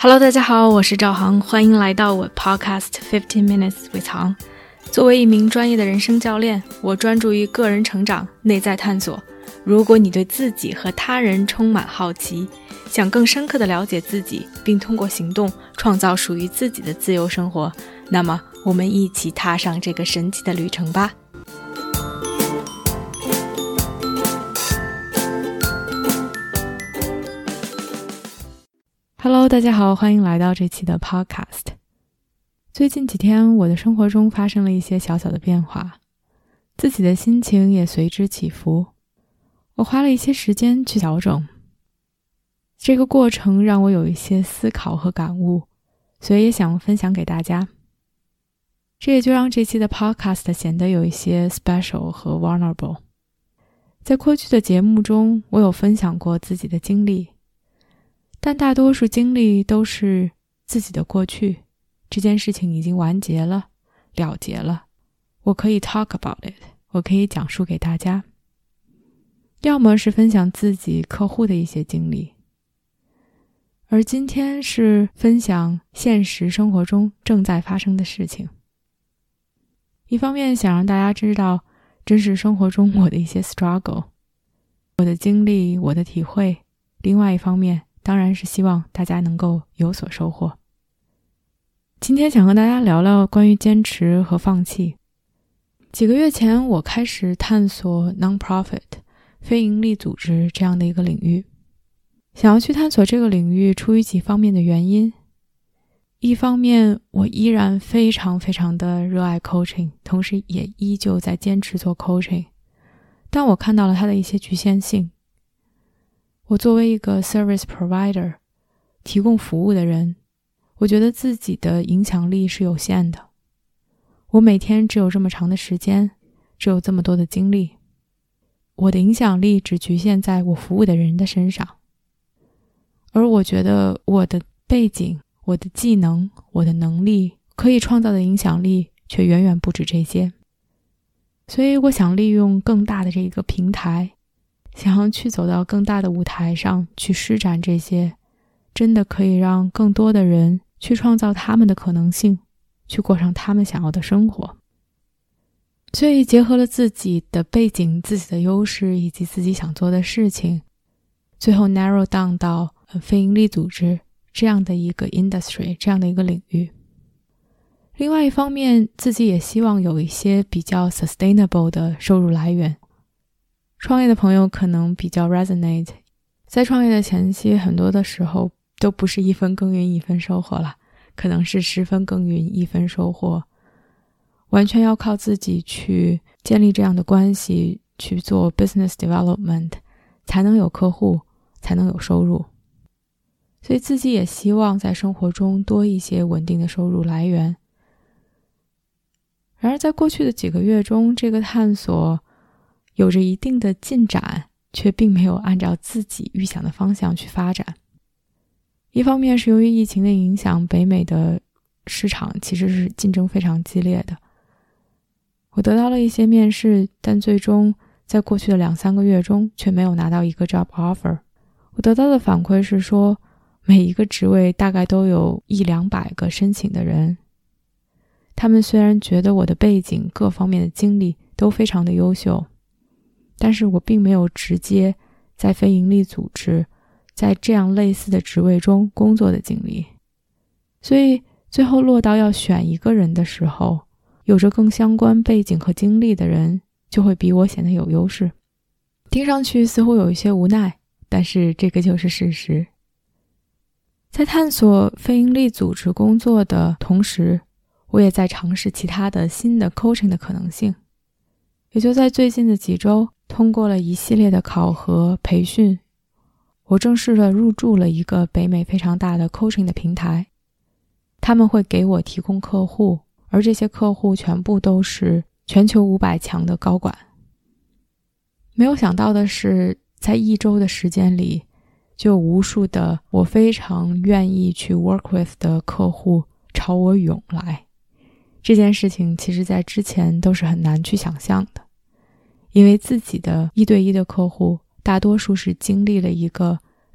Hello， 大家好，我是赵航，欢迎来到我 Podcast 15 Minutes with 航。作为一名专业的人生教练，我专注于个人成长、内在探索。如果你对自己和他人充满好奇，想更深刻地了解自己，并通过行动创造属于自己的自由生活，那么我们一起踏上这个神奇的旅程吧。Hello， 大家好，欢迎来到这期的 Podcast。 最近几天我的生活中发生了一些小小的变化，自己的心情也随之起伏，我花了一些时间去调整。这个过程让我有一些思考和感悟，所以也想分享给大家。这也就让这期的 Podcast 显得有一些 special 和 vulnerable。 在过去的节目中，我有分享过自己的经历，但大多数经历都是自己的过去，这件事情已经完结了，了结了，我可以 talk about it， 我可以讲述给大家。要么是分享自己客户的一些经历，而今天是分享现实生活中正在发生的事情。一方面想让大家知道真实生活中我的一些 struggle， 我的经历，我的体会，另外一方面当然是希望大家能够有所收获。今天想和大家聊聊关于坚持和放弃。几个月前我开始探索 non-profit 非营利组织这样的一个领域，想要去探索这个领域出于几方面的原因。一方面我依然非常的热爱 coaching， 同时也依旧在坚持做 coaching， 但我看到了它的一些局限性。我作为一个 service provider， 提供服务的人，我觉得自己的影响力是有限的。我每天只有这么长的时间，只有这么多的精力，我的影响力只局限在我服务的人的身上。而我觉得我的背景，我的技能，我的能力可以创造的影响力却远远不止这些。所以我想利用更大的这个平台，想要去走到更大的舞台上，去施展这些真的可以让更多的人去创造他们的可能性，去过上他们想要的生活。所以结合了自己的背景，自己的优势以及自己想做的事情，最后 narrow down 到非营利组织这样的一个 industry， 这样的一个领域。另外一方面，自己也希望有一些比较 sustainable 的收入来源。创业的朋友可能比较 resonate， 在创业的前期，很多的时候都不是一分耕耘一分收获了，可能是10分耕耘1分收获，完全要靠自己去建立这样的关系，去做 business development， 才能有客户，才能有收入。所以自己也希望在生活中多一些稳定的收入来源。然而在过去的几个月中，这个探索有着一定的进展，却并没有按照自己预想的方向去发展。一方面是由于疫情的影响，北美的市场其实是竞争非常激烈的。我得到了一些面试，但最终在过去的2-3个月中却没有拿到一个 job offer。 我得到的反馈是说，每一个职位大概都有100-200个申请的人，他们虽然觉得我的背景各方面的经历都非常的优秀，但是我并没有直接在非营利组织在这样类似的职位中工作的经历。所以最后落到要选一个人的时候，有着更相关背景和经历的人就会比我显得有优势。听上去似乎有一些无奈，但是这个就是事实。在探索非营利组织工作的同时，我也在尝试其他的新的 coaching 的可能性。也就在最近的几周，通过了一系列的考核培训，我正式的入驻了一个北美非常大的 coaching 的平台。他们会给我提供客户，而这些客户全部都是全球500强的高管。没有想到的是，在1周的时间里，就有无数的我非常愿意去 work with 的客户朝我涌来。这件事情其实在之前都是很难去想象的，因为自己的1对1的客户大多数是经历了一个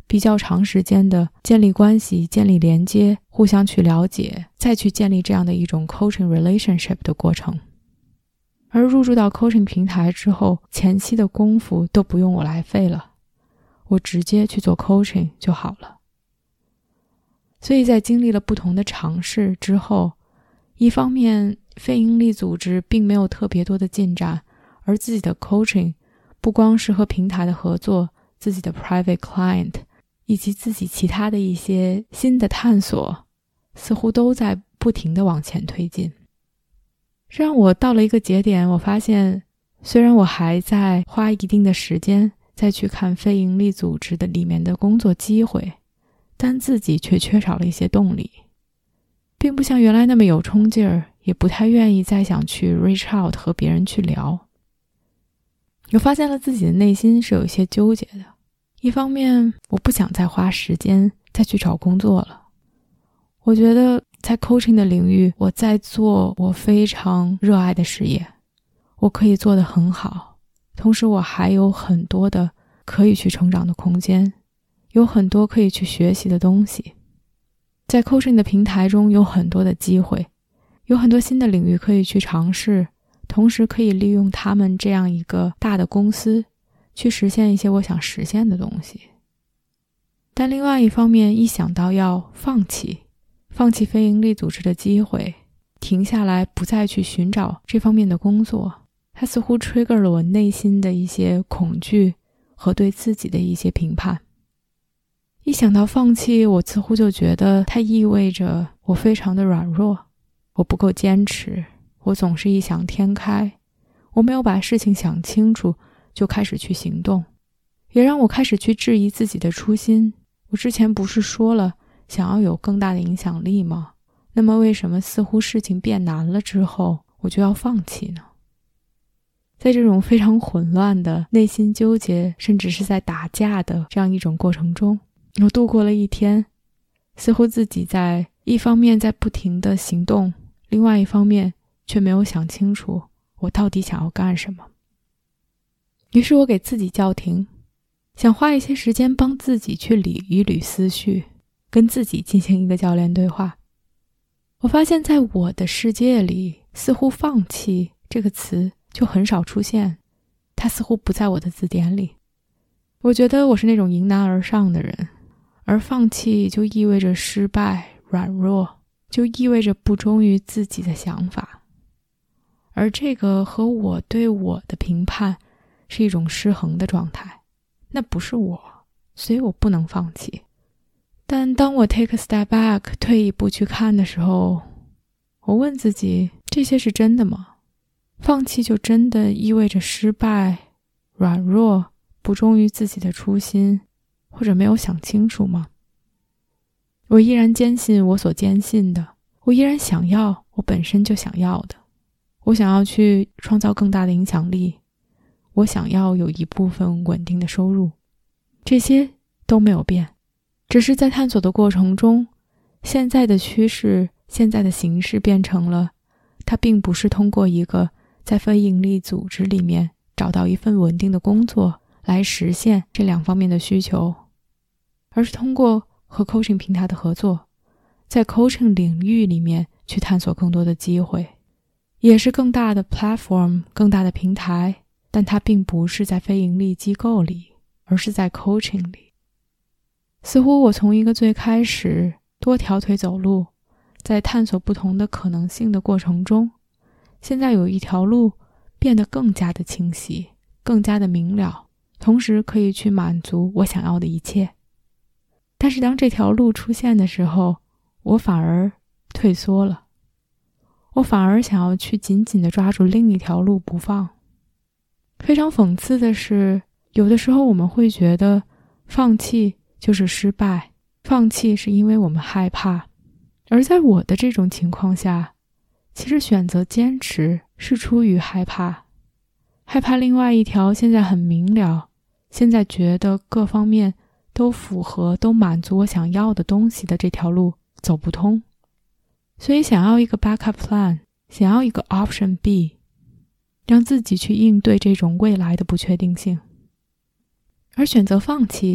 比较长时间的建立关系、建立连接、互相去了解，再去建立这样的一种 coaching relationship 的过程。而入驻到 coaching 平台之后，前期的功夫都不用我来费了，我直接去做 coaching 就好了。所以在经历了不同的尝试之后，一方面非营利组织并没有特别多的进展，而自己的 coaching 不光是和平台的合作，自己的 private client 以及自己其他的一些新的探索，似乎都在不停地往前推进。这让我到了一个节点，我发现虽然我还在花一定的时间再去看非营利组织的里面的工作机会，但自己却缺少了一些动力，并不像原来那么有冲劲儿，也不太愿意再想去 reach out 和别人去聊。我发现了自己的内心是有一些纠结的，一方面我不想再花时间再去找工作了，我觉得在 coaching 的领域，我在做我非常热爱的事业，我可以做得很好，同时我还有很多的可以去成长的空间，有很多可以去学习的东西。在 coaching 的平台中有很多的机会，有很多新的领域可以去尝试，同时可以利用他们这样一个大的公司去实现一些我想实现的东西。但另外一方面，一想到要放弃非营利组织的机会，停下来不再去寻找这方面的工作，它似乎 trigger 了我内心的一些恐惧和对自己的一些评判。一想到放弃，我似乎就觉得它意味着我非常的软弱，我不够坚持，我总是异想天开，我没有把事情想清楚就开始去行动，也让我开始去质疑自己的初心。我之前不是说了想要有更大的影响力吗？那么为什么似乎事情变难了之后我就要放弃呢？在这种非常混乱的内心纠结，甚至是在打架的这样一种过程中，我度过了一天，似乎自己在一方面在不停的行动，另外一方面却没有想清楚我到底想要干什么。于是我给自己叫停，想花一些时间帮自己去理一捋思绪，跟自己进行一个教练对话。我发现在我的世界里，似乎放弃这个词就很少出现，它似乎不在我的字典里。我觉得我是那种迎难而上的人，而放弃就意味着失败、软弱，就意味着不忠于自己的想法。而这个和我对我的评判是一种失衡的状态，那不是我，所以我不能放弃。但当我 take a step back 退一步去看的时候，我问自己，这些是真的吗？放弃就真的意味着失败、软弱、不忠于自己的初心，或者没有想清楚吗？我依然坚信我所坚信的，我依然想要我本身就想要的，我想要去创造更大的影响力，我想要有一部分稳定的收入，这些都没有变，只是在探索的过程中，现在的趋势、现在的形式变成了，它并不是通过一个在非营利组织里面找到一份稳定的工作来实现这两方面的需求，而是通过和 coaching 平台的合作，在 coaching 领域里面去探索更多的机会，也是更大的 platform、更大的平台，但它并不是在非营利机构里，而是在 coaching 里。似乎我从一个最开始多条腿走路，在探索不同的可能性的过程中，现在有一条路变得更加的清晰，更加的明了，同时可以去满足我想要的一切。但是当这条路出现的时候，我反而退缩了，我反而想要去紧紧地抓住另一条路不放。非常讽刺的是，有的时候我们会觉得放弃就是失败，放弃是因为我们害怕。而在我的这种情况下，其实选择坚持是出于害怕，害怕另外一条现在很明了，现在觉得各方面都符合、都满足我想要的东西的这条路走不通，所以想要一个 backup plan， 想要一个 option B， 让自己去应对这种未来的不确定性。而选择放弃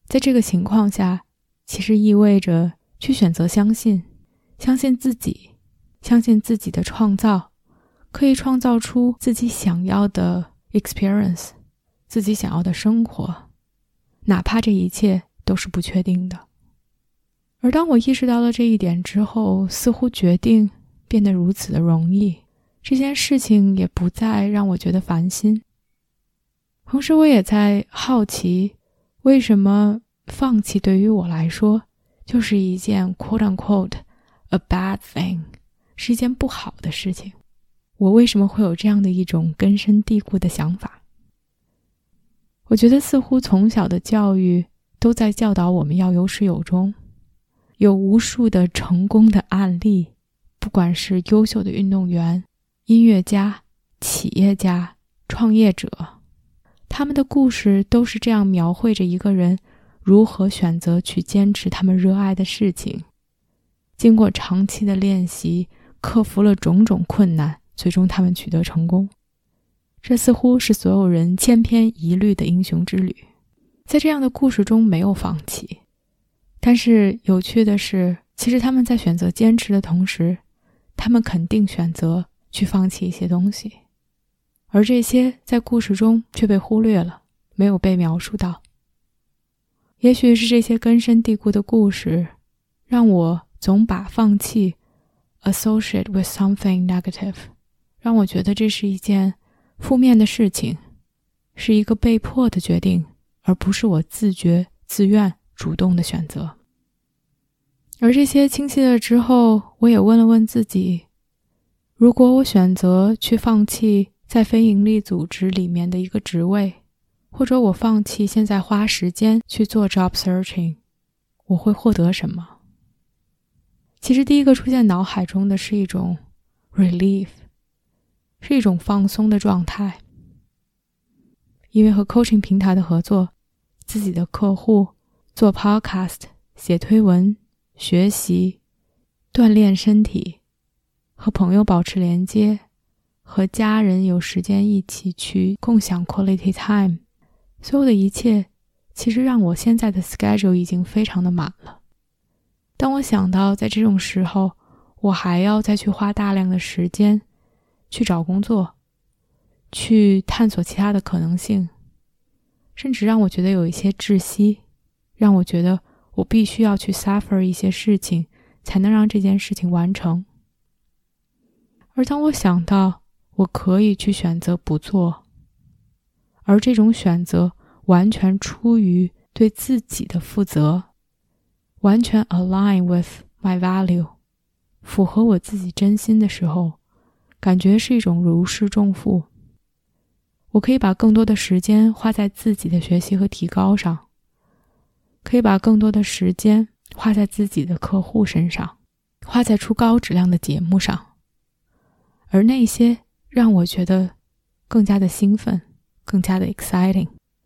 在这个情况下，其实意味着去选择相信自己，相信自己的创造，可以创造出自己想要的 experience， 自己想要的生活，哪怕这一切都是不确定的。而当我意识到了这一点之后，似乎决定变得如此的容易，这件事情也不再让我觉得烦心。同时我也在好奇，为什么放弃对于我来说就是一件 quote unquote a bad thing， 是一件不好的事情。我为什么会有这样的一种根深蒂固的想法？我觉得似乎从小的教育都在教导我们要有始有终，有无数的成功的案例，不管是优秀的运动员、音乐家、企业家、创业者，他们的故事都是这样描绘着一个人如何选择去坚持他们热爱的事情，经过长期的练习，克服了种种困难，最终他们取得成功。这似乎是所有人千篇一律的英雄之旅。在这样的故事中没有放弃，但是有趣的是，其实他们在选择坚持的同时，他们肯定选择去放弃一些东西，而这些在故事中却被忽略了，没有被描述到。也许是这些根深蒂固的故事，让我总把放弃 associate with something negative， 让我觉得这是一件负面的事情，是一个被迫的决定，而不是我自觉、自愿、主动的选择。而这些清晰了之后，我也问了问自己，如果我选择去放弃在非营利组织里面的一个职位，或者我放弃现在花时间去做 job searching， 我会获得什么？其实第一个出现脑海中的是一种 relief， 是一种放松的状态。因为和 coaching 平台的合作，自己的客户，做 podcast， 写推文，学习，锻炼身体，和朋友保持连接，和家人有时间一起去共享 quality time， 所有的一切其实让我现在的 schedule 已经非常的满了。当我想到在这种时候我还要再去花大量的时间去找工作，去探索其他的可能性，甚至让我觉得有一些窒息，让我觉得我必须要去 suffer 一些事情才能让这件事情完成。而当我想到我可以去选择不做，而这种选择完全出于对自己的负责，完全 align with my value， 符合我自己真心的时候，感觉是一种如释重负。我可以把更多的时间花在自己的学习和提高上，可以把更多的时间花在自己的客户身上，花在出高质量的节目上，而那些让我觉得更加的兴奋，更加的 exciting。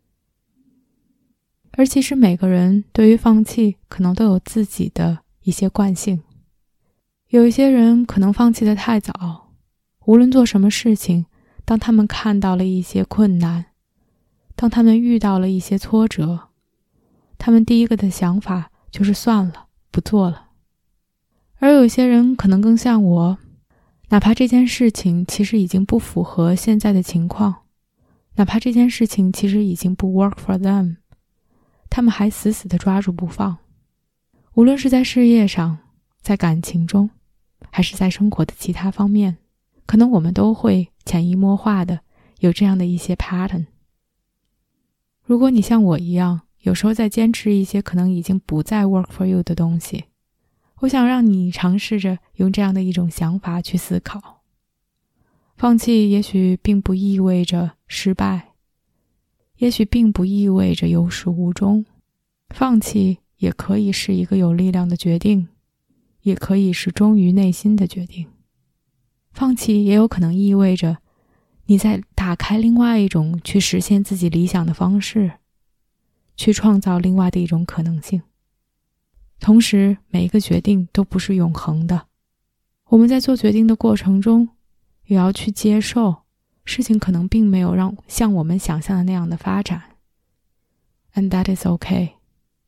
而其实每个人对于放弃可能都有自己的一些惯性，有一些人可能放弃得太早，无论做什么事情，当他们看到了一些困难，当他们遇到了一些挫折，他们第一个的想法就是算了，不做了。而有些人可能更像我，哪怕这件事情其实已经不符合现在的情况，哪怕这件事情其实已经不 work for them， 他们还死死地抓住不放。无论是在事业上，在感情中，还是在生活的其他方面，可能我们都会潜移默化的有这样的一些 pattern。 如果你像我一样，有时候在坚持一些可能已经不再 work for you 的东西，我想让你尝试着用这样的一种想法去思考。放弃也许并不意味着失败，也许并不意味着有始无终，放弃也可以是一个有力量的决定，也可以是忠于内心的决定。放弃也有可能意味着你在打开另外一种去实现自己理想的方式，去创造另外的一种可能性。同时，每一个决定都不是永恒的，我们在做决定的过程中，也要去接受事情可能并没有像我们想象的那样的发展。And that is okay。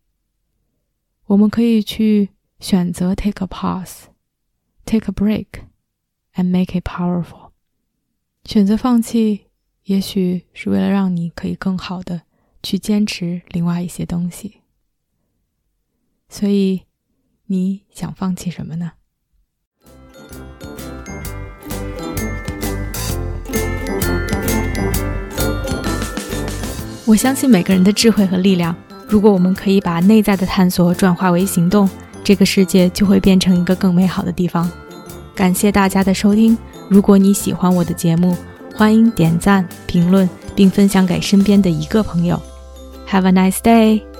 我们可以去选择 take a pause, take a break, and make it powerful. 选择放弃，也许是为了让你可以更好的去坚持另外一些东西。所以，你想放弃什么呢？我相信每个人的智慧和力量，如果我们可以把内在的探索转化为行动，这个世界就会变成一个更美好的地方。感谢大家的收听，如果你喜欢我的节目，欢迎点赞、评论并分享给身边的一个朋友。Have a nice day!